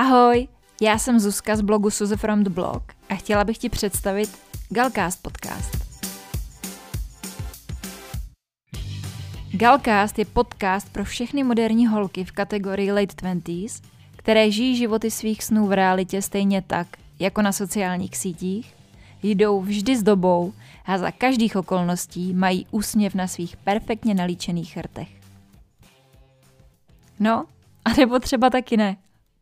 Ahoj, já jsem Zuzka z blogu Suze from the blog a chtěla bych ti představit Galcast podcast. Galcast je podcast pro všechny moderní holky v kategorii late 20s, které žijí životy svých snů v realitě stejně tak, jako na sociálních sítích, jdou vždy s dobou a za každých okolností mají úsměv na svých perfektně nalíčených rtech. No, anebo třeba taky ne.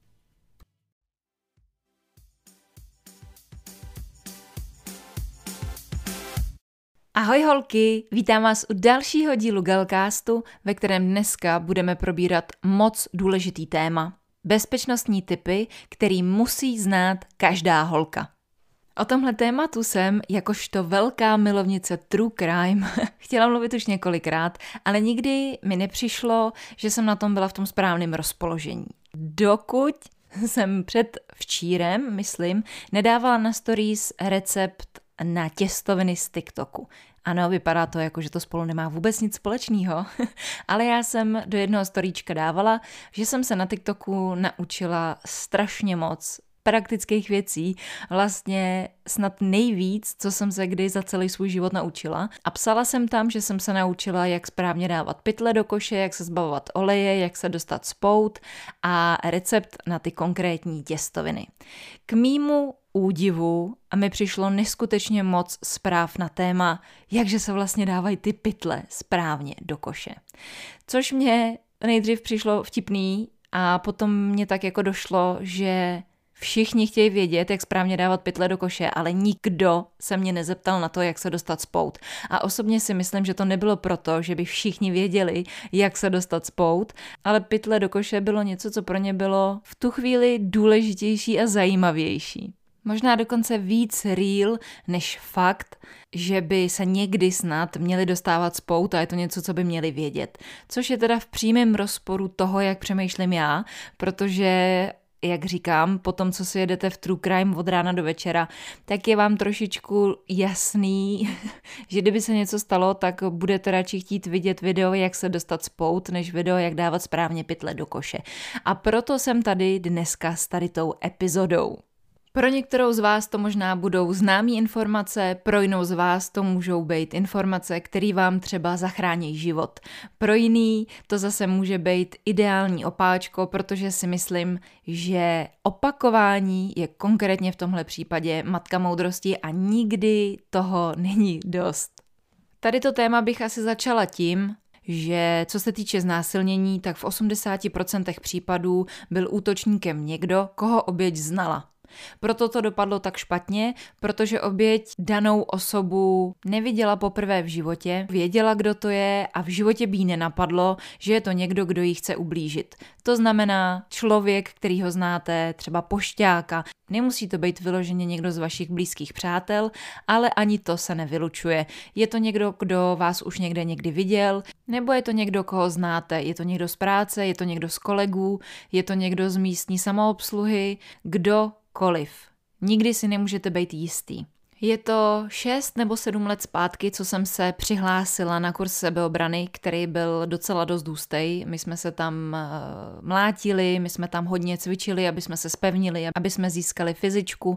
Ahoj holky, vítám vás u dalšího dílu Galcastu, ve kterém dneska budeme probírat moc důležitý téma. Bezpečnostní tipy, který musí znát každá holka. O tomhle tématu jsem, jakožto velká milovnice true crime, chtěla mluvit už několikrát, ale nikdy mi nepřišlo, že jsem na tom byla v tom správném rozpoložení. Dokud jsem před včírem, myslím, nedávala na stories recept na těstoviny z TikToku. Ano, vypadá to jako, že to spolu nemá vůbec nic společného, ale já jsem do jednoho storíčka dávala, že jsem se na TikToku naučila strašně moc praktických věcí, vlastně snad nejvíc, co jsem se kdy za celý svůj život naučila. A psala jsem tam, že jsem se naučila, jak správně dávat pytle do koše, jak se zbavovat oleje, jak se dostat z pout a recept na ty konkrétní těstoviny. K mýmu údivu a mi přišlo neskutečně moc zpráv na téma, jakže se vlastně dávají ty pytle správně do koše. Což mě nejdřív přišlo vtipný a potom mě tak jako došlo, že všichni chtějí vědět, jak správně dávat pytle do koše, ale nikdo se mě nezeptal na to, jak se dostat z pout. A osobně si myslím, že to nebylo proto, že by všichni věděli, jak se dostat z pout, ale pytle do koše bylo něco, co pro ně bylo v tu chvíli důležitější a zajímavější. Možná dokonce víc real než fakt, že by se někdy snad měli dostávat z pout a je to něco, co by měli vědět. Což je teda v přímém rozporu toho, jak přemýšlím já, protože jak říkám, po tom, co si jedete v true crime od rána do večera, tak je vám trošičku jasný, že kdyby se něco stalo, tak budete radši chtít vidět video, jak se dostat z pout, než video, jak dávat správně pytle do koše. A proto jsem tady dneska s tady tou epizodou. Pro některou z vás to možná budou známé informace, pro jinou z vás to můžou být informace, které vám třeba zachrání život. Pro jiný to zase může být ideální opáčko, protože si myslím, že opakování je konkrétně v tomhle případě matka moudrosti a nikdy toho není dost. Tady to téma bych asi začala tím, že co se týče znásilnění, tak v 80% případů byl útočníkem někdo, koho oběť znala. Proto to dopadlo tak špatně, protože oběť danou osobu neviděla poprvé v životě, věděla, kdo to je a v životě by jí nenapadlo, že je to někdo, kdo jí chce ublížit. To znamená člověk, který ho znáte, třeba pošťáka. Nemusí to být vyloženě někdo z vašich blízkých přátel, ale ani to se nevylučuje. Je to někdo, kdo vás už někdy viděl, nebo je to někdo, koho znáte. Je to někdo z práce, je to někdo z kolegů, je to někdo z místní samoobsluhy, kdokoliv. Nikdy si nemůžete být jistý. Je to 6 nebo 7 let zpátky, co jsem se přihlásila na kurz sebeobrany, který byl docela dost hustý. My jsme se tam mlátili, my jsme tam hodně cvičili, aby jsme se zpevnili, aby jsme získali fyzičku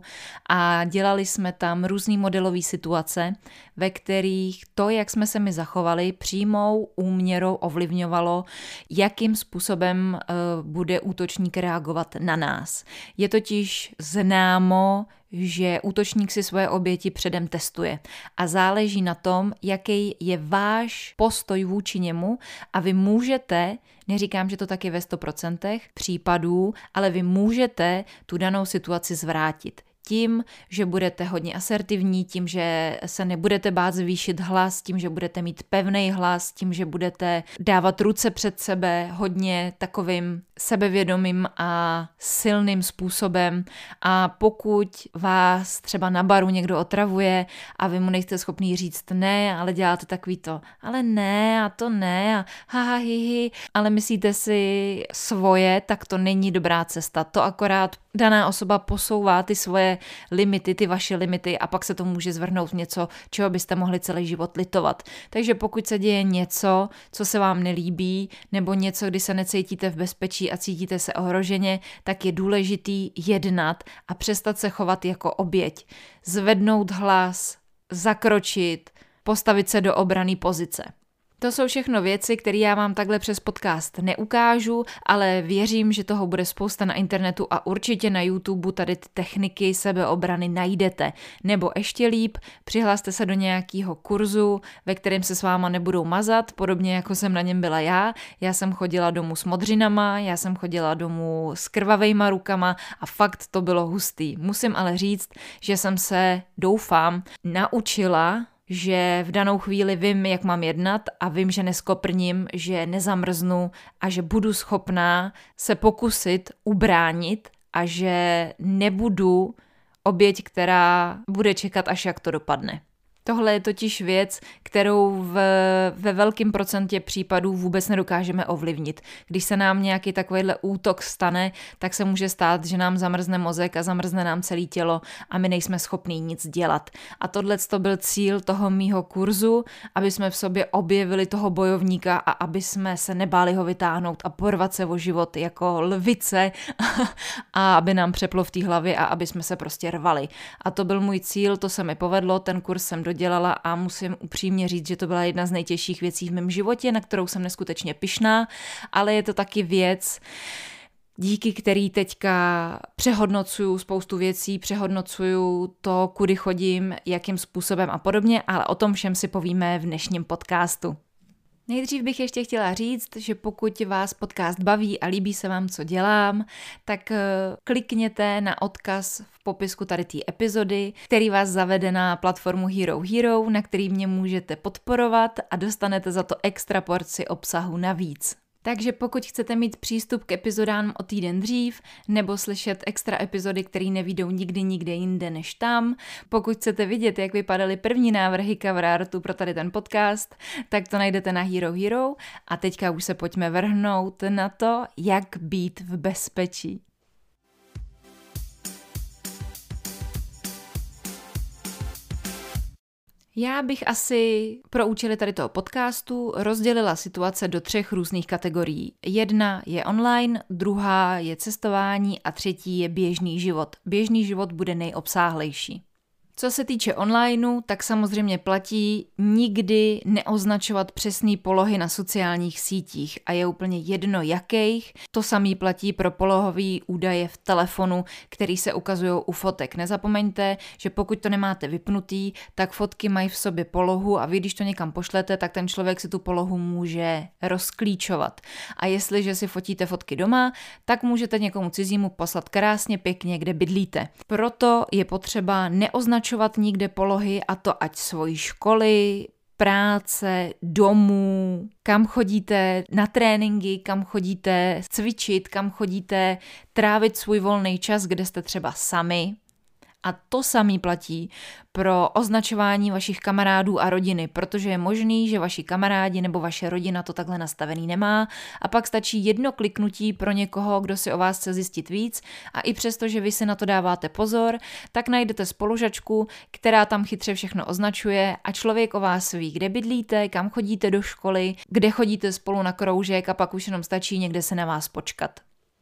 a dělali jsme tam různý modelové situace, ve kterých to, jak jsme se my zachovali, přímou úměrou ovlivňovalo, jakým způsobem bude útočník reagovat na nás. Je totiž známo, že útočník si svoje oběti předem testuje a záleží na tom, jaký je váš postoj vůči němu a vy můžete, neříkám, že to taky ve 100% případů, ale vy můžete tu danou situaci zvrátit. Tím, že budete hodně asertivní, tím, že se nebudete bát zvýšit hlas, tím, že budete mít pevný hlas, tím, že budete dávat ruce před sebe hodně takovým sebevědomým a silným způsobem. A pokud vás třeba na baru někdo otravuje a vy mu nejste schopný říct ne, ale děláte takový to, ale ne a to ne a haha hihi, ale myslíte si svoje, tak to není dobrá cesta. To akorát daná osoba posouvá ty svoje svoje limity, ty vaše limity a pak se to může zvrhnout v něco, čeho byste mohli celý život litovat. Takže pokud se děje něco, co se vám nelíbí, nebo něco, kdy se necítíte v bezpečí a cítíte se ohroženě, tak je důležitý jednat a přestat se chovat jako oběť. Zvednout hlas, zakročit, postavit se do obranné pozice. To jsou všechno věci, které já vám takhle přes podcast neukážu, ale věřím, že toho bude spousta na internetu a určitě na YouTube tady ty techniky sebeobrany najdete. Nebo ještě líp, přihlaste se do nějakého kurzu, ve kterém se s váma nebudou mazat, podobně jako jsem na něm byla já. Já jsem chodila domů s modřinama, já jsem chodila domů s krvavejma rukama a fakt to bylo hustý. Musím ale říct, že jsem se, doufám, naučila, že v danou chvíli vím, jak mám jednat a vím, že neskoprním, že nezamrznu a že budu schopná se pokusit ubránit a že nebudu oběť, která bude čekat, až jak to dopadne. Tohle je totiž věc, kterou ve velkém procentě případů vůbec nedokážeme ovlivnit. Když se nám nějaký takovýhle útok stane, tak se může stát, že nám zamrzne mozek a zamrzne nám celé tělo a my nejsme schopní nic dělat. A tohle to byl cíl toho mýho kurzu, aby jsme v sobě objevili toho bojovníka a aby jsme se nebáli ho vytáhnout a porvat se o život jako lvice a aby nám přeplo v té hlavě a aby jsme se prostě rvali. A to byl můj cíl, to se mi povedlo, ten kurz jsem dodělala a musím upřímně říct, že to byla jedna z nejtěžších věcí v mém životě, na kterou jsem neskutečně pyšná, ale je to taky věc, díky který teďka přehodnocuju spoustu věcí, přehodnocuju to, kudy chodím, jakým způsobem a podobně, ale o tom všem si povíme v dnešním podcastu. Nejdřív bych ještě chtěla říct, že pokud vás podcast baví a líbí se vám, co dělám, tak klikněte na odkaz v popisku tady té epizody, který vás zavede na platformu Hero Hero, na který mě můžete podporovat a dostanete za to extra porci obsahu navíc. Takže pokud chcete mít přístup k epizodám o týden dřív, nebo slyšet extra epizody, které nevyjdou nikdy nikde jinde než tam, pokud chcete vidět, jak vypadaly první návrhy cover artu pro tady ten podcast, tak to najdete na Hero Hero a teďka už se pojďme vrhnout na to, jak být v bezpečí. Já bych asi pro účely tady toho podcastu rozdělila situace do 3 různých kategorií. Jedna je online, druhá je cestování a třetí je běžný život. Běžný život bude nejobsáhlejší. Co se týče onlineu, tak samozřejmě platí nikdy neoznačovat přesné polohy na sociálních sítích a je úplně jedno jakých. To samé platí pro polohové údaje v telefonu, který se ukazují u fotek. Nezapomeňte, že pokud to nemáte vypnutý, tak fotky mají v sobě polohu a vy, když to někam pošlete, tak ten člověk si tu polohu může rozklíčovat. A jestliže si fotíte fotky doma, tak můžete někomu cizímu poslat krásně pěkně, kde bydlíte. Proto je potřeba neoznačovat nikde polohy, a to ať svojí školy, práce, domů, kam chodíte na tréninky, kam chodíte cvičit, kam chodíte trávit svůj volný čas, kde jste třeba sami. A to samý platí pro označování vašich kamarádů a rodiny, protože je možný, že vaši kamarádi nebo vaše rodina to takhle nastavený nemá a pak stačí jedno kliknutí pro někoho, kdo si o vás chce zjistit víc a i přesto, že vy si na to dáváte pozor, tak najdete spolužačku, která tam chytře všechno označuje a člověk o vás ví, kde bydlíte, kam chodíte do školy, kde chodíte spolu na kroužek a pak už jenom stačí někde se na vás počkat.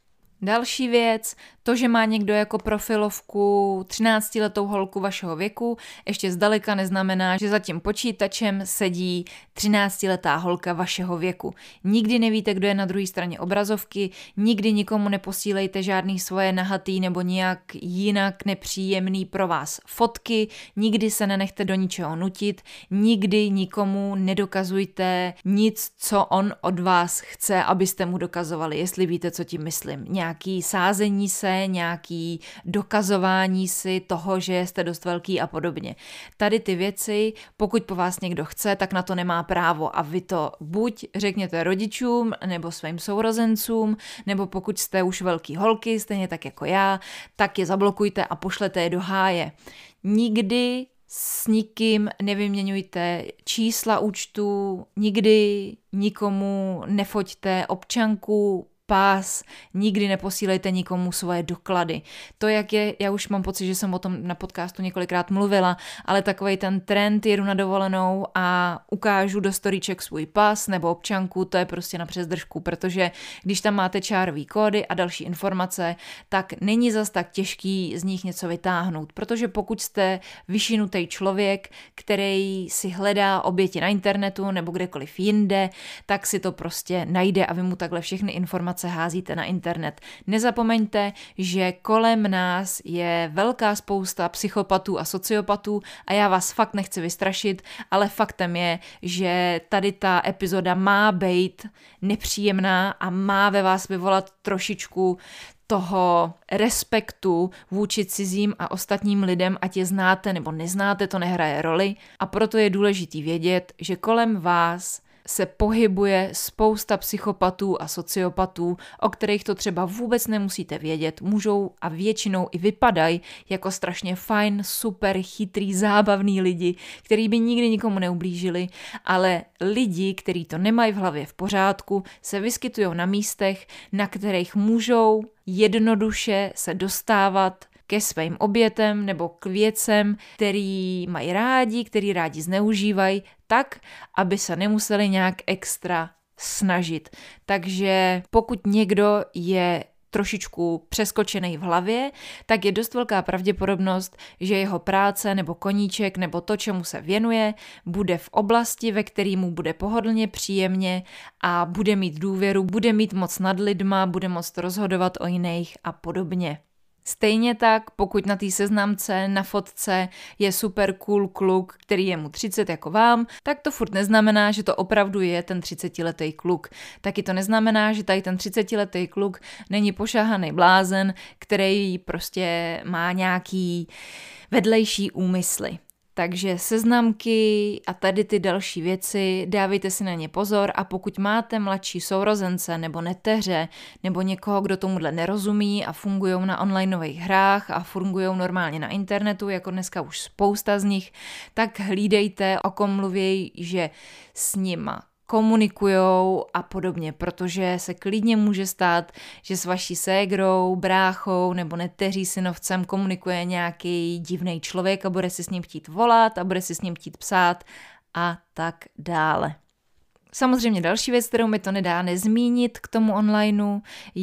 Další věc, to, že má někdo jako profilovku 13letou holku vašeho věku, ještě zdaleka neznamená, že za tím počítačem sedí 13letá holka vašeho věku. Nikdy nevíte, kdo je na druhé straně obrazovky, nikdy nikomu neposílejte žádný svoje nahatý nebo nějak jinak nepříjemný pro vás fotky, nikdy se nenechte do ničeho nutit, nikdy nikomu nedokazujte nic, co on od vás chce, abyste mu dokazovali, jestli víte, co tím myslím. Nějaký sázení se, nějaký dokazování si toho, že jste dost velký a podobně. Tady ty věci, pokud po vás někdo chce, tak na to nemá právo a vy to buď řekněte rodičům nebo svým sourozencům, nebo pokud jste už velký holky, stejně tak jako já, tak je zablokujte a pošlete je do háje. Nikdy s nikým nevyměňujte čísla účtu, nikdy nikomu nefoťte občanku, pás, nikdy neposílejte nikomu svoje doklady. To, jak je, já už mám pocit, že jsem o tom na podcastu několikrát mluvila, ale takovej ten trend, jedu na dovolenou a ukážu do storíček svůj pas nebo občanku, to je prostě na přezdržku, protože když tam máte čárový kódy a další informace, tak není zas tak těžký z nich něco vytáhnout, protože pokud jste vyšinutý člověk, který si hledá oběti na internetu nebo kdekoliv jinde, tak si to prostě najde a vy mu takhle všechny informace házíte na internet. Nezapomeňte, že kolem nás je velká spousta psychopatů a sociopatů a já vás fakt nechci vystrašit, ale faktem je, že tady ta epizoda má být nepříjemná a má ve vás vyvolat trošičku toho respektu vůči cizím a ostatním lidem, ať je znáte nebo neznáte, to nehraje roli. A proto je důležitý vědět, že kolem vás se pohybuje spousta psychopatů a sociopatů, o kterých to třeba vůbec nemusíte vědět, můžou a většinou i vypadají jako strašně fajn, super, chytrý, zábavný lidi, který by nikdy nikomu neublížili, ale lidi, kteří to nemají v hlavě v pořádku, se vyskytují na místech, na kterých můžou jednoduše se dostávat ke svým obětem nebo k věcem, který mají rádi, který rádi zneužívají, tak, aby se nemuseli nějak extra snažit. Takže pokud někdo je trošičku přeskočený v hlavě, tak je dost velká pravděpodobnost, že jeho práce nebo koníček nebo to, čemu se věnuje, bude v oblasti, ve který mu bude pohodlně, příjemně a bude mít důvěru, bude mít moc nad lidma, bude moct rozhodovat o jiných a podobně. Stejně tak, pokud na té seznamce, na fotce je super cool kluk, který je mu 30 jako vám, tak to furt neznamená, že to opravdu je ten 30letý kluk. Taky to neznamená, že tady ten 30letý kluk není pošahaný blázen, který prostě má nějaký vedlejší úmysly. Takže seznamky a tady ty další věci, dávejte si na ně pozor a pokud máte mladší sourozence nebo neteře nebo někoho, kdo tomuhle nerozumí a fungují na onlineových hrách a fungují normálně na internetu, jako dneska už spousta z nich, tak hlídejte, o kom mluví, že s nima komunikujou a podobně, protože se klidně může stát, že s vaší ségrou, bráchou nebo neteří synovcem komunikuje nějaký divný člověk a bude si s ním chtít volat a bude si s ním chtít psát a tak dále. Samozřejmě další věc, kterou mi to nedá nezmínit k tomu onlineu,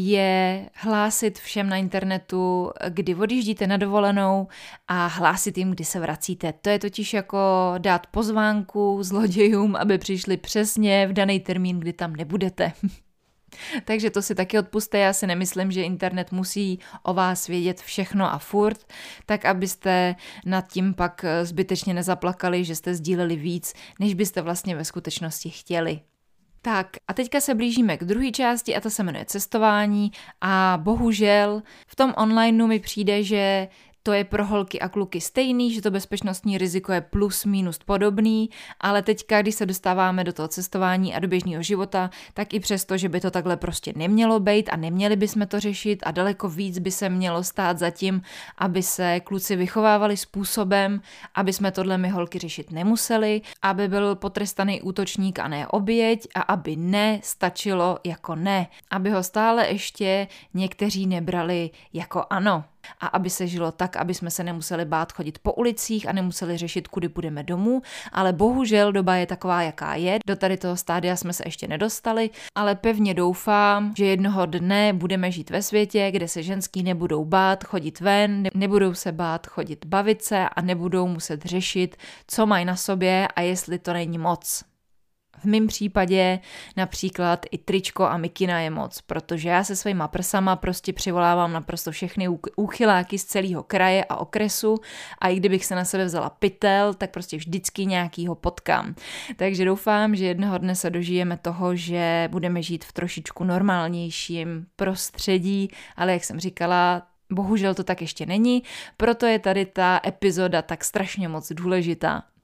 je hlásit všem na internetu, kdy odjíždíte na dovolenou a hlásit jim, kdy se vracíte. To je totiž jako dát pozvánku zlodějům, aby přišli přesně v daný termín, kdy tam nebudete. Takže to si taky odpuste, já si nemyslím, že internet musí o vás vědět všechno a furt, tak abyste nad tím pak zbytečně nezaplakali, že jste sdíleli víc, než byste vlastně ve skutečnosti chtěli. Tak a teďka se blížíme k druhé části a to se jmenuje cestování a bohužel v tom onlineu mi přijde, že to je pro holky a kluky stejný, že to bezpečnostní riziko je plus minus podobný, ale teďka, když se dostáváme do toho cestování a do běžného života, tak i přesto, že by to takhle prostě nemělo být a neměli bychom to řešit a daleko víc by se mělo stát za tím, aby se kluci vychovávali způsobem, aby jsme tohle my holky řešit nemuseli, aby byl potrestaný útočník a ne oběť a aby ne stačilo jako ne, aby ho stále ještě někteří nebrali jako ano. A aby se žilo tak, aby jsme se nemuseli bát chodit po ulicích a nemuseli řešit, kudy půjdeme domů, ale bohužel doba je taková, jaká je. Do tady toho stádia jsme se ještě nedostali, ale pevně doufám, že jednoho dne budeme žít ve světě, kde se ženský nebudou bát chodit ven, nebudou se bát chodit bavit se a nebudou muset řešit, co mají na sobě a jestli to není moc. V mém případě například i tričko a mikina je moc, protože já se svýma prsama prostě přivolávám naprosto všechny úchyláky z celého kraje a okresu a i kdybych se na sebe vzala pytel, tak prostě vždycky nějakýho potkám. Takže doufám, že jednoho dne se dožijeme toho, že budeme žít v trošičku normálnějším prostředí, ale jak jsem říkala, bohužel to tak ještě není, proto je tady ta epizoda tak strašně moc důležitá.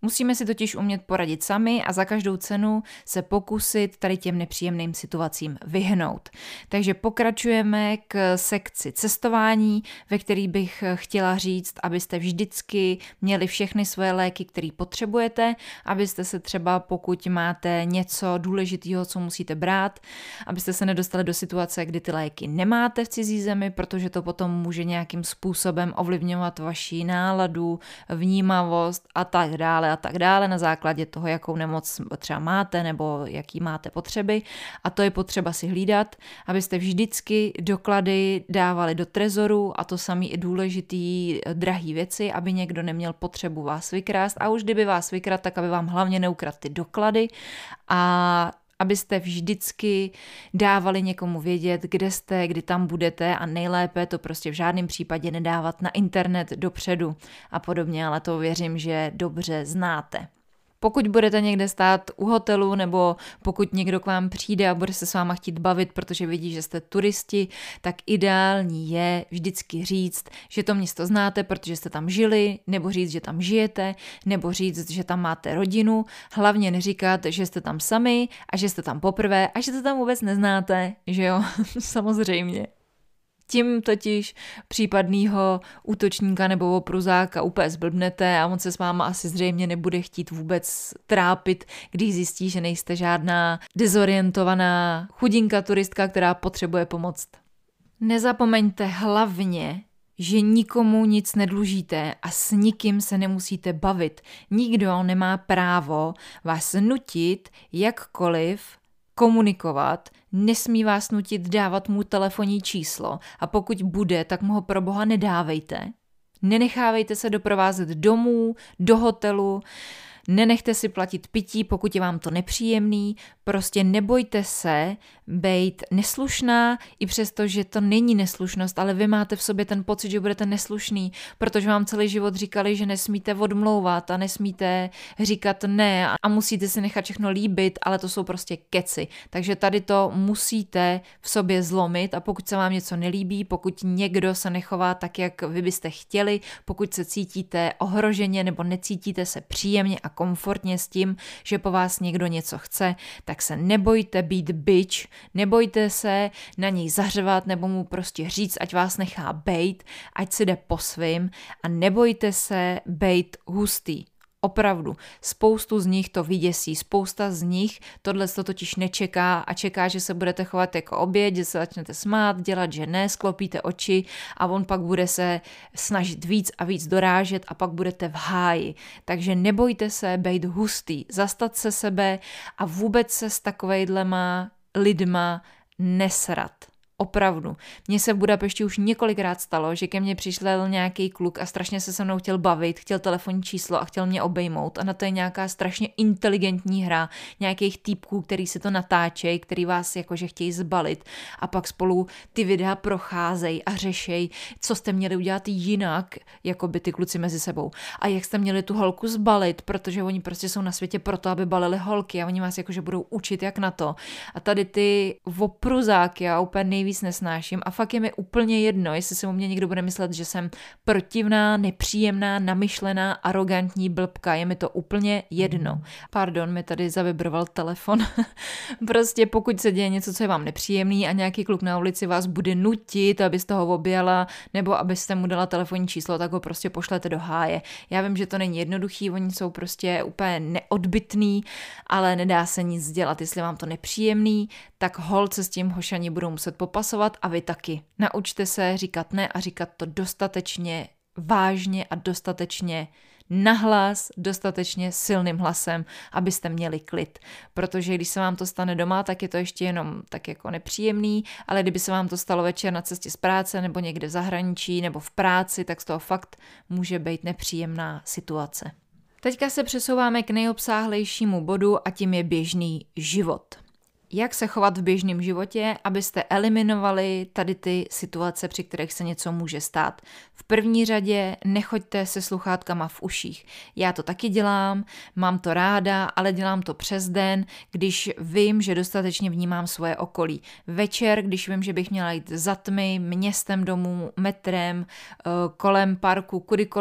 Musíme si totiž umět poradit sami a za každou cenu se pokusit tady těm nepříjemným situacím vyhnout. Takže pokračujeme k sekci cestování, ve který bych chtěla říct, abyste vždycky měli všechny svoje léky, které potřebujete, abyste se třeba, pokud máte něco důležitého, co musíte brát, abyste se nedostali do situace, kdy ty léky nemáte v cizí zemi, protože to potom může nějakým způsobem ovlivňovat vaši náladu, vnímavost a tak dále na základě toho, jakou nemoc třeba máte nebo jaký máte potřeby. A to je potřeba si hlídat, abyste vždycky doklady dávali do trezoru a to samý i důležitý drahý věci, aby někdo neměl potřebu vás vykrást a už kdyby vás vykradl, tak aby vám hlavně neukradl ty doklady a abyste vždycky dávali někomu vědět, kde jste, kdy tam budete a nejlépe to prostě v žádném případě nedávat na internet dopředu a podobně, ale to věřím, že dobře znáte. Pokud budete někde stát u hotelu nebo pokud někdo k vám přijde a bude se s váma chtít bavit, protože vidí, že jste turisti, tak ideální je vždycky říct, že to město znáte, protože jste tam žili, nebo říct, že tam žijete, nebo říct, že tam máte rodinu. Hlavně neříkat, že jste tam sami a že jste tam poprvé a že to tam vůbec neznáte, že jo, samozřejmě. Tím totiž případného útočníka nebo opruzáka úplně zblbnete a on se s váma asi zřejmě nebude chtít vůbec trápit, když zjistí, že nejste žádná dezorientovaná chudinka turistka, která potřebuje pomoct. Nezapomeňte hlavně, že nikomu nic nedlužíte a s nikým se nemusíte bavit. Nikdo nemá právo vás nutit jakkoliv komunikovat, nesmí vás nutit dávat mu telefonní číslo a pokud bude, tak mu ho pro boha nedávejte. Nenechávejte se doprovázet domů, do hotelu, nenechte si platit pití, pokud je vám to nepříjemný, prostě nebojte se bejt neslušná, i přesto, že to není neslušnost, ale vy máte v sobě ten pocit, že budete neslušný, protože vám celý život říkali, že nesmíte odmlouvat a nesmíte říkat ne a musíte si nechat všechno líbit, ale to jsou prostě keci. Takže tady to musíte v sobě zlomit a pokud se vám něco nelíbí, pokud někdo se nechová tak, jak vy byste chtěli, pokud se cítíte ohroženě nebo necítíte se příjemně a komfortně s tím, že po vás někdo něco chce, tak se nebojte být bitch, nebojte se na něj zařvat nebo mu prostě říct, ať vás nechá bejt, ať si jde po svým a nebojte se bejt hustý. Opravdu, spoustu z nich to vyděsí, spousta z nich tohle to totiž nečeká a čeká, že se budete chovat jako oběť, že se začnete smát, dělat, že ne, sklopíte oči a on pak bude se snažit víc a víc dorážet a pak budete v háji. Takže nebojte se bejt hustý, zastat se sebe a vůbec se s takovejhlema lidma nesrat. Opravdu. Mně se v Budapešti už několikrát stalo, že ke mně přišel nějaký kluk a strašně se mnou chtěl bavit, chtěl telefonní číslo a chtěl mě obejmout a na to je nějaká strašně inteligentní hra nějakých týpků, který si to natáčejí, který vás jakože chtějí zbalit a pak spolu ty videa procházejí a řešejí, co jste měli udělat jinak, jako by ty kluci mezi sebou a jak jste měli tu holku zbalit, protože oni prostě jsou na světě proto, aby balili holky a oni vás jakože budou učit jak na to. A tady ty opruzáky a úplně nejvíc nesnáším a fakt je mi úplně jedno, jestli si o mě někdo bude myslet, že jsem protivná, nepříjemná, namyšlená, arrogantní blbka, je mi to úplně jedno. Pardon, mi tady zavibroval telefon. Prostě pokud se děje něco, co je vám nepříjemný a nějaký kluk na ulici vás bude nutit, abyste ho objala nebo abyste mu dala telefonní číslo, tak ho prostě pošlete do háje. Já vím, že to není jednoduchý, oni jsou prostě úplně neodbytný, ale nedá se nic dělat. Jestli vám to nepříjemný, tak holt se s tím hošani budou muset popasovat a vy taky. Naučte se říkat ne a říkat to dostatečně vážně a dostatečně nahlas, dostatečně silným hlasem, abyste měli klid. Protože když se vám to stane doma, tak je to ještě jenom tak jako nepříjemný, ale kdyby se vám to stalo večer na cestě z práce nebo někde v zahraničí nebo v práci, tak z toho fakt může být nepříjemná situace. Teďka se přesouváme k nejobsáhlejšímu bodu a tím je běžný život. Jak se chovat v běžném životě, abyste eliminovali tady ty situace, při kterých se něco může stát. V první řadě nechoďte se sluchátkama v uších. Já to taky dělám, mám to ráda, ale dělám to přes den, když vím, že dostatečně vnímám svoje okolí. Večer, když vím, že bych měla jít za tmy, městem domů, metrem, kolem parku, kudykoliv,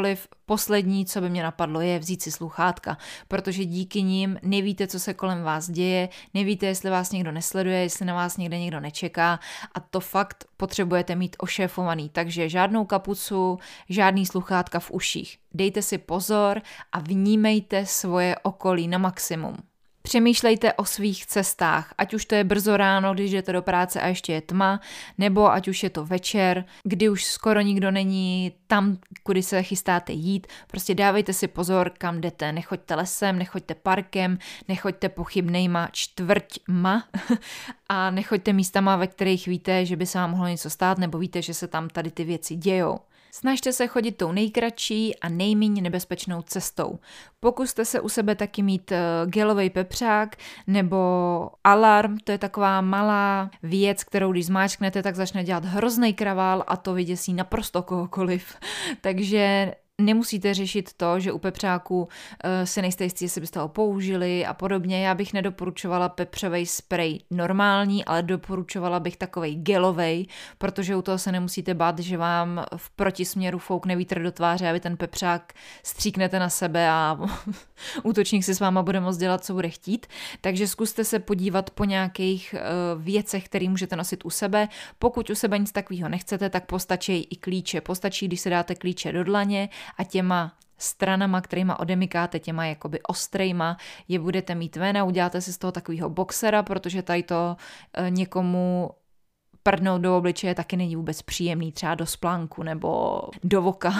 poslední, co by mě napadlo, je vzít si sluchátka, protože díky nim nevíte, co se kolem vás děje, nevíte, jestli vás někdo nesleduje, jestli na vás někde někdo nečeká a to fakt potřebujete mít ošéfovaný, takže žádnou kapucu, žádný sluchátka v uších. Dejte si pozor a vnímejte svoje okolí na maximum. Přemýšlejte o svých cestách, ať už to je brzo ráno, když jdete do práce a ještě je tma, nebo ať už je to večer, kdy už skoro nikdo není tam, kudy se chystáte jít. Prostě dávejte si pozor, kam jdete. Nechoďte lesem, nechoďte parkem, nechoďte pochybnejma čtvrťma a nechoďte místama, ve kterých víte, že by se vám mohlo něco stát, nebo víte, že se tam tady ty věci dějou. Snažte se chodit tou nejkratší a nejméně nebezpečnou cestou. Pokuste se u sebe taky mít gelový pepřák nebo alarm, to je taková malá věc, kterou když zmáčknete, tak začne dělat hrozný kravál a to vyděsí naprosto kohokoliv. Takže nemusíte řešit to, že u pepřáku si nejste jistí, jestli byste ho použili a podobně. Já bych nedoporučovala pepřovej sprej normální, ale doporučovala bych takovej gelovej, protože u toho se nemusíte bát, že vám v protisměru foukne vítr do tváře a vy ten pepřák stříknete na sebe a útočník si s váma bude moct dělat, co bude chtít. Takže zkuste se podívat po nějakých věcech, které můžete nosit u sebe. Pokud u sebe nic takového nechcete, tak postačí i klíče. Postačí, když si dáte klíče do dlaně a těma stranama, kterýma odemykáte, těma jakoby ostrejma, je budete mít ven a uděláte si z toho takového boxera, protože tady to někomu prdnout do obličeje taky není vůbec příjemný, třeba do splánku nebo do voka.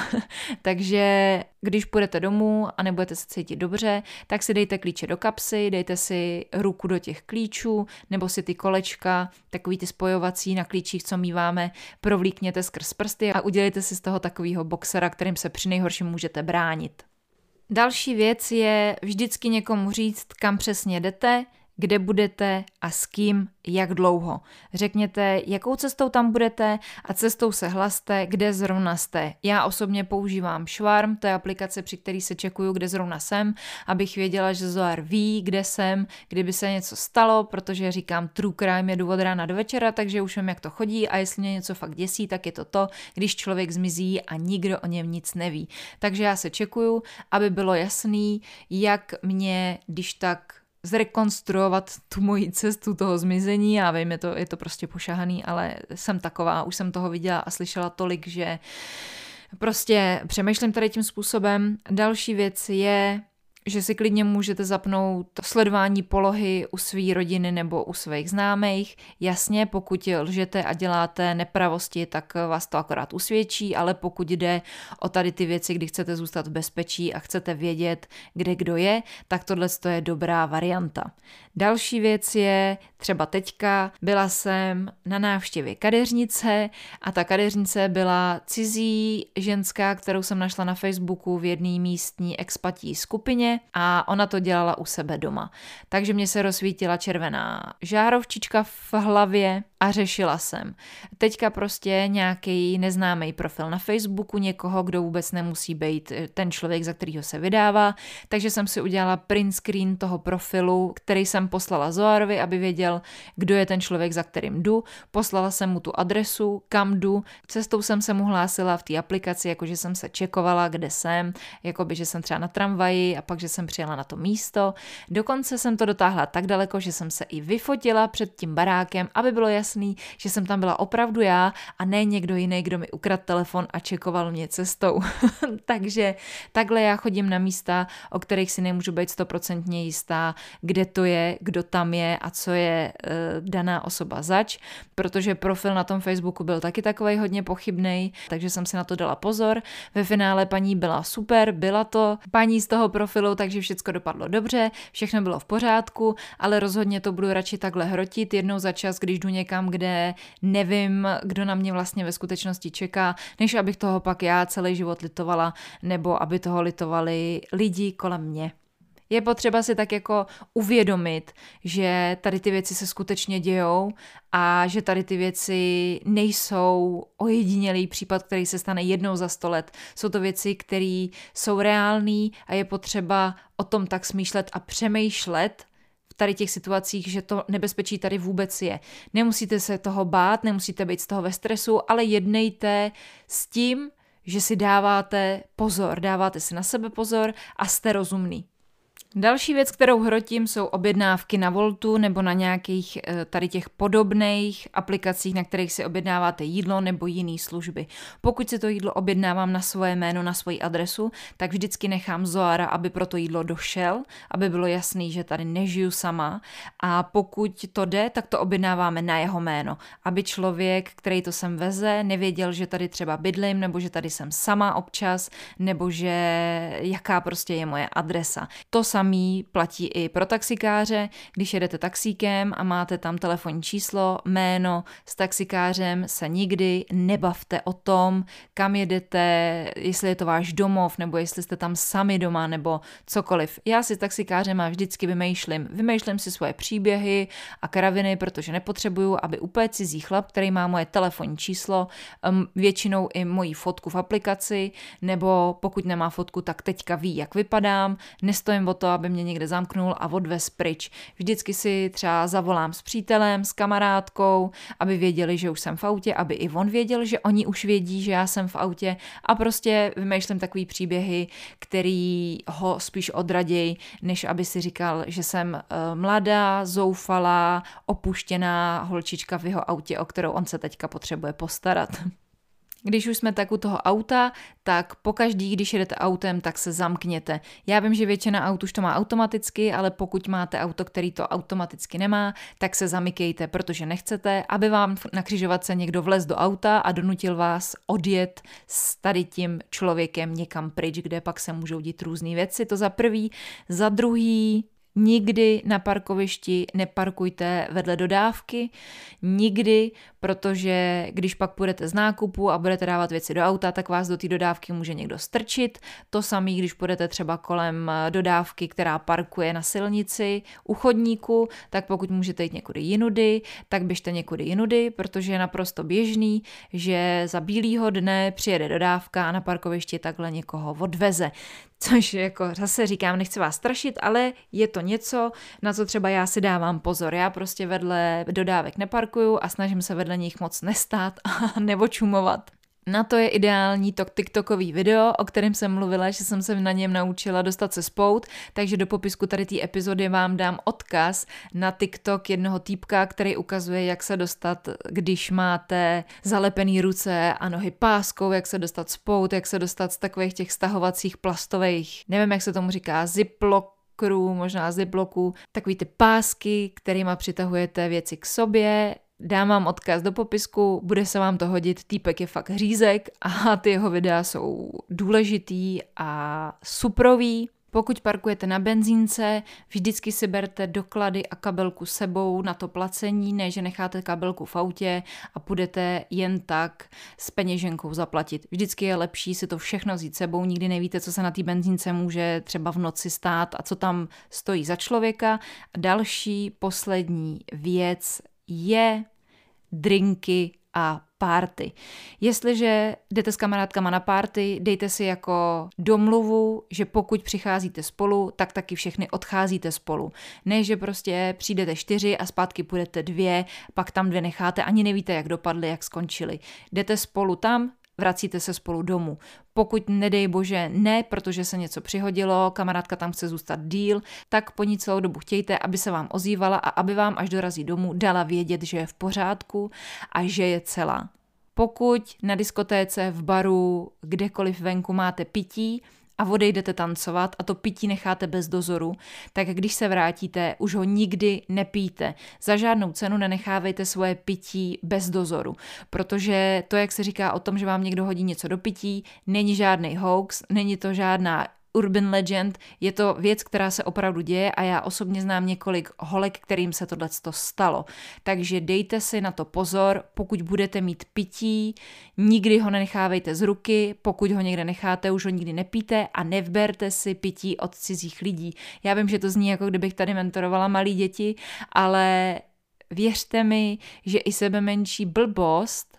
Takže když půjdete domů a nebudete se cítit dobře, tak si dejte klíče do kapsy, dejte si ruku do těch klíčů, nebo si ty kolečka, takový ty spojovací na klíčích, co míváme, provlíkněte skrz prsty a udělejte si z toho takového boxera, kterým se při nejhorším můžete bránit. Další věc je vždycky někomu říct, kam přesně jdete, kde budete a s kým, jak dlouho. Řekněte, jakou cestou tam budete a cestou se hlaste, kde zrovna jste. Já osobně používám Švarm, to je aplikace, při který se čekuju, kde zrovna jsem, abych věděla, že Zohar ví, kde jsem, kdyby se něco stalo, protože říkám, true crime jedu od rána do večera, takže už vím, jak to chodí a jestli mě něco fakt děsí, tak je to, když člověk zmizí a nikdo o něm nic neví. Takže já se čekuju, aby bylo jasný, jak mě, když tak zrekonstruovat tu moji cestu toho zmizení. Já vím, je to prostě pošahaný, ale jsem taková, už jsem toho viděla a slyšela tolik, že prostě přemýšlím tady tím způsobem. Další věc je, že si klidně můžete zapnout sledování polohy u své rodiny nebo u svých známých. Jasně, pokud lžete a děláte nepravosti, tak vás to akorát usvědčí, ale pokud jde o tady ty věci, kdy chcete zůstat v bezpečí a chcete vědět, kde kdo je, tak tohle je dobrá varianta. Další věc je, třeba teďka byla jsem na návštěvě kadeřnice a ta kadeřnice byla cizí ženská, kterou jsem našla na Facebooku v jedné místní expatí skupině a ona to dělala u sebe doma. Takže mě se rozsvítila červená žárovčička v hlavě a řešila jsem. Teďka prostě nějaký neznámý profil na Facebooku někoho, kdo vůbec nemusí být ten člověk, za kterýho se vydává, takže jsem si udělala print screen toho profilu, který jsem poslala Zoharovi, aby věděl, kdo je ten člověk, za kterým jdu. Poslala jsem mu tu adresu, kam jdu. Cestou jsem se mu hlásila v té aplikaci, jakože jsem se čekovala, kde jsem, jakoby, že jsem třeba na tramvaji a pak, že jsem přijela na to místo. Dokonce jsem to dotáhla tak daleko, že jsem se i vyfotila před tím barákem, aby bylo jasný, že jsem tam byla opravdu já a ne někdo jiný, kdo mi ukradl telefon a čekoval mě cestou. Takže takhle já chodím na místa, o kterých si nemůžu být 100% jistá, kde to je, kdo tam je a co je daná osoba zač, protože profil na tom Facebooku byl taky takovej hodně pochybnej, takže jsem si na to dala pozor. Ve finále paní byla super, byla to paní z toho profilu, takže všechno dopadlo dobře, všechno bylo v pořádku, ale rozhodně to budu radši takhle hrotit jednou za čas, když jdu někam, kde nevím, kdo na mě vlastně ve skutečnosti čeká, než abych toho pak já celý život litovala, nebo aby toho litovali lidi kolem mě. Je potřeba si tak jako uvědomit, že tady ty věci se skutečně dějou a že tady ty věci nejsou ojedinělý případ, který se stane jednou za 100 let. Jsou to věci, které jsou reální a je potřeba o tom tak smýšlet a přemýšlet v tady těch situacích, že to nebezpečí tady vůbec je. Nemusíte se toho bát, nemusíte být z toho ve stresu, ale jednejte s tím, že si dáváte pozor, dáváte si na sebe pozor a jste rozumný. Další věc, kterou hrotím, jsou objednávky na Woltu nebo na nějakých tady těch podobných aplikacích, na kterých si objednáváte jídlo nebo jiné služby. Pokud si to jídlo objednávám na svoje jméno, na svoji adresu, tak vždycky nechám Zoara, aby pro to jídlo došel, aby bylo jasný, že tady nežiju sama. A pokud to jde, tak to objednáváme na jeho jméno, aby člověk, který to sem veze, nevěděl, že tady třeba bydlím, nebo že tady jsem sama občas, nebo že jaká prostě je moje adresa. To samý platí i pro taxikáře, když jedete taxíkem a máte tam telefonní číslo, jméno, s taxikářem se nikdy nebavte o tom, kam jedete, jestli je to váš domov, nebo jestli jste tam sami doma, nebo cokoliv. Já si s taxikářem vždycky vymýšlím si svoje příběhy a kraviny, protože nepotřebuju, aby úplně cizí chlap, který má moje telefonní číslo, většinou i moji fotku v aplikaci, nebo pokud nemá fotku, tak teďka ví, jak vypadám, nestojím o to, aby mě někde zamknul a odvez pryč. Vždycky si třeba zavolám s přítelem, s kamarádkou, aby věděli, že už jsem v autě, aby i on věděl, že oni už vědí, že já jsem v autě a prostě vymýšlím takový příběhy, který ho spíš odraděj, než aby si říkal, že jsem mladá, zoufalá, opuštěná holčička v jeho autě, o kterou on se teďka potřebuje postarat. Když už jsme tak u toho auta, tak pokaždý, když jedete autem, tak se zamkněte. Já vím, že většina aut už to má automaticky, ale pokud máte auto, který to automaticky nemá, tak se zamykejte, protože nechcete, aby vám na křižovatce někdo vlez do auta a donutil vás odjet s tady tím člověkem někam pryč, kde pak se můžou dít různé věci. To za prvý. Za druhý, nikdy na parkovišti neparkujte vedle dodávky, nikdy, protože když pak půjdete z nákupu a budete dávat věci do auta, tak vás do té dodávky může někdo strčit. To samé, když půjdete třeba kolem dodávky, která parkuje na silnici u chodníku, tak pokud můžete jít někudy jinudy, tak běžte někudy jinudy, protože je naprosto běžný, že za bílýho dne přijede dodávka a na parkovišti takhle někoho odveze. Což jako zase říkám, nechci vás strašit, ale je to něco, na co třeba já si dávám pozor. Já prostě vedle dodávek neparkuju a snažím se vedle nich moc nestát a neočumovat. Na to je ideální to TikTokový video, o kterém jsem mluvila, že jsem se na něm naučila dostat se spout, takže do popisku tady té epizody vám dám odkaz na TikTok jednoho týpka, který ukazuje, jak se dostat, když máte zalepený ruce a nohy páskou, jak se dostat spout, jak se dostat z takových těch stahovacích plastových, nevím, jak se tomu říká, ziplocků, možná ziploků, takový ty pásky, kterýma přitahujete věci k sobě. Dám vám odkaz do popisku, bude se vám to hodit, týpek je fakt hřízek a ty jeho videa jsou důležitý a suprový. Pokud parkujete na benzínce, vždycky si berte doklady a kabelku sebou na to placení, ne že necháte kabelku v autě a půjdete jen tak s peněženkou zaplatit. Vždycky je lepší si to všechno vzít sebou, nikdy nevíte, co se na té benzínce může třeba v noci stát a co tam stojí za člověka. Další, poslední věc je drinky a party. Jestliže jdete s kamarádkama na party, dejte si jako domluvu, že pokud přicházíte spolu, tak taky všechny odcházíte spolu. Ne, že prostě přijdete 4 a zpátky půjdete 2, pak tam 2 necháte, ani nevíte, jak dopadly, jak skončili. Jdete spolu tam, vracíte se spolu domů. Pokud nedej bože ne, protože se něco přihodilo, kamarádka tam chce zůstat díl, tak po ní celou dobu chtějte, aby se vám ozývala a aby vám, až dorazí domů, dala vědět, že je v pořádku a že je celá. Pokud na diskotéce, v baru, kdekoliv venku máte pití a odejdete tancovat a to pití necháte bez dozoru, tak když se vrátíte, už ho nikdy nepijte. Za žádnou cenu nenechávejte svoje pití bez dozoru, protože to, jak se říká o tom, že vám někdo hodí něco do pití, není žádný hoax, není to žádná urban legend, je to věc, která se opravdu děje a já osobně znám několik holek, kterým se tohleto stalo. Takže dejte si na to pozor, pokud budete mít pití, nikdy ho nenechávejte z ruky, pokud ho někde necháte, už ho nikdy nepijte a nevberte si pití od cizích lidí. Já vím, že to zní, jako kdybych tady mentorovala malí děti, ale věřte mi, že i sebemenší blbost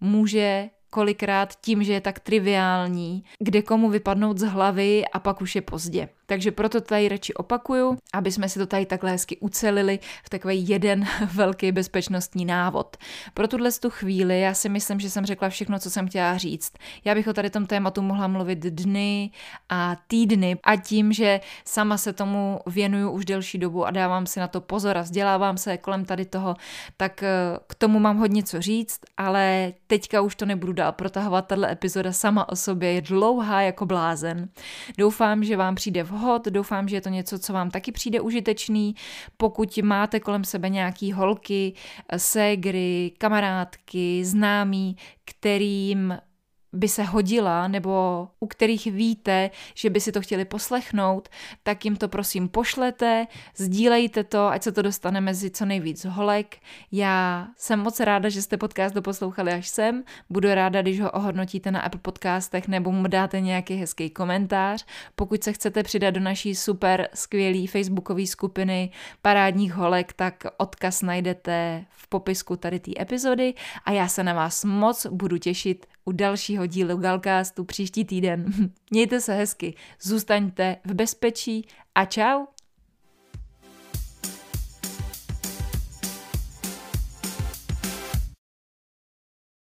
může kolikrát tím, že je tak triviální, kde komu vypadnout z hlavy a pak už je pozdě. Takže proto to tady radši opakuju, aby jsme si to tady takhle hezky ucelili v takový jeden velký bezpečnostní návod. Pro tuhle chvíli já si myslím, že jsem řekla všechno, co jsem chtěla říct. Já bych o tady tom tématu mohla mluvit dny a týdny a tím, že sama se tomu věnuju už delší dobu a dávám si na to pozor a vzdělávám se kolem tady toho, tak k tomu mám hodně co říct, ale teďka už to nebudu dál protahovat, tahle epizoda sama o sobě je dlouhá jako blázen. Doufám, že vám přijde vhod, doufám, že je to něco, co vám taky přijde užitečný. Pokud máte kolem sebe nějaký holky, ségry, kamarádky, známí, kterým by se hodila, nebo u kterých víte, že by si to chtěli poslechnout, tak jim to prosím pošlete, sdílejte to, ať se to dostane mezi co nejvíc holek. Já jsem moc ráda, že jste podcast doposlouchali až sem. Budu ráda, když ho ohodnotíte na Apple podcastech nebo mu dáte nějaký hezký komentář. Pokud se chcete přidat do naší super skvělý facebookové skupiny parádních holek, tak odkaz najdete v popisku tady té epizody a já se na vás moc budu těšit u dalšího dílu Galcastu příští týden. Mějte se hezky, zůstaňte v bezpečí a čau!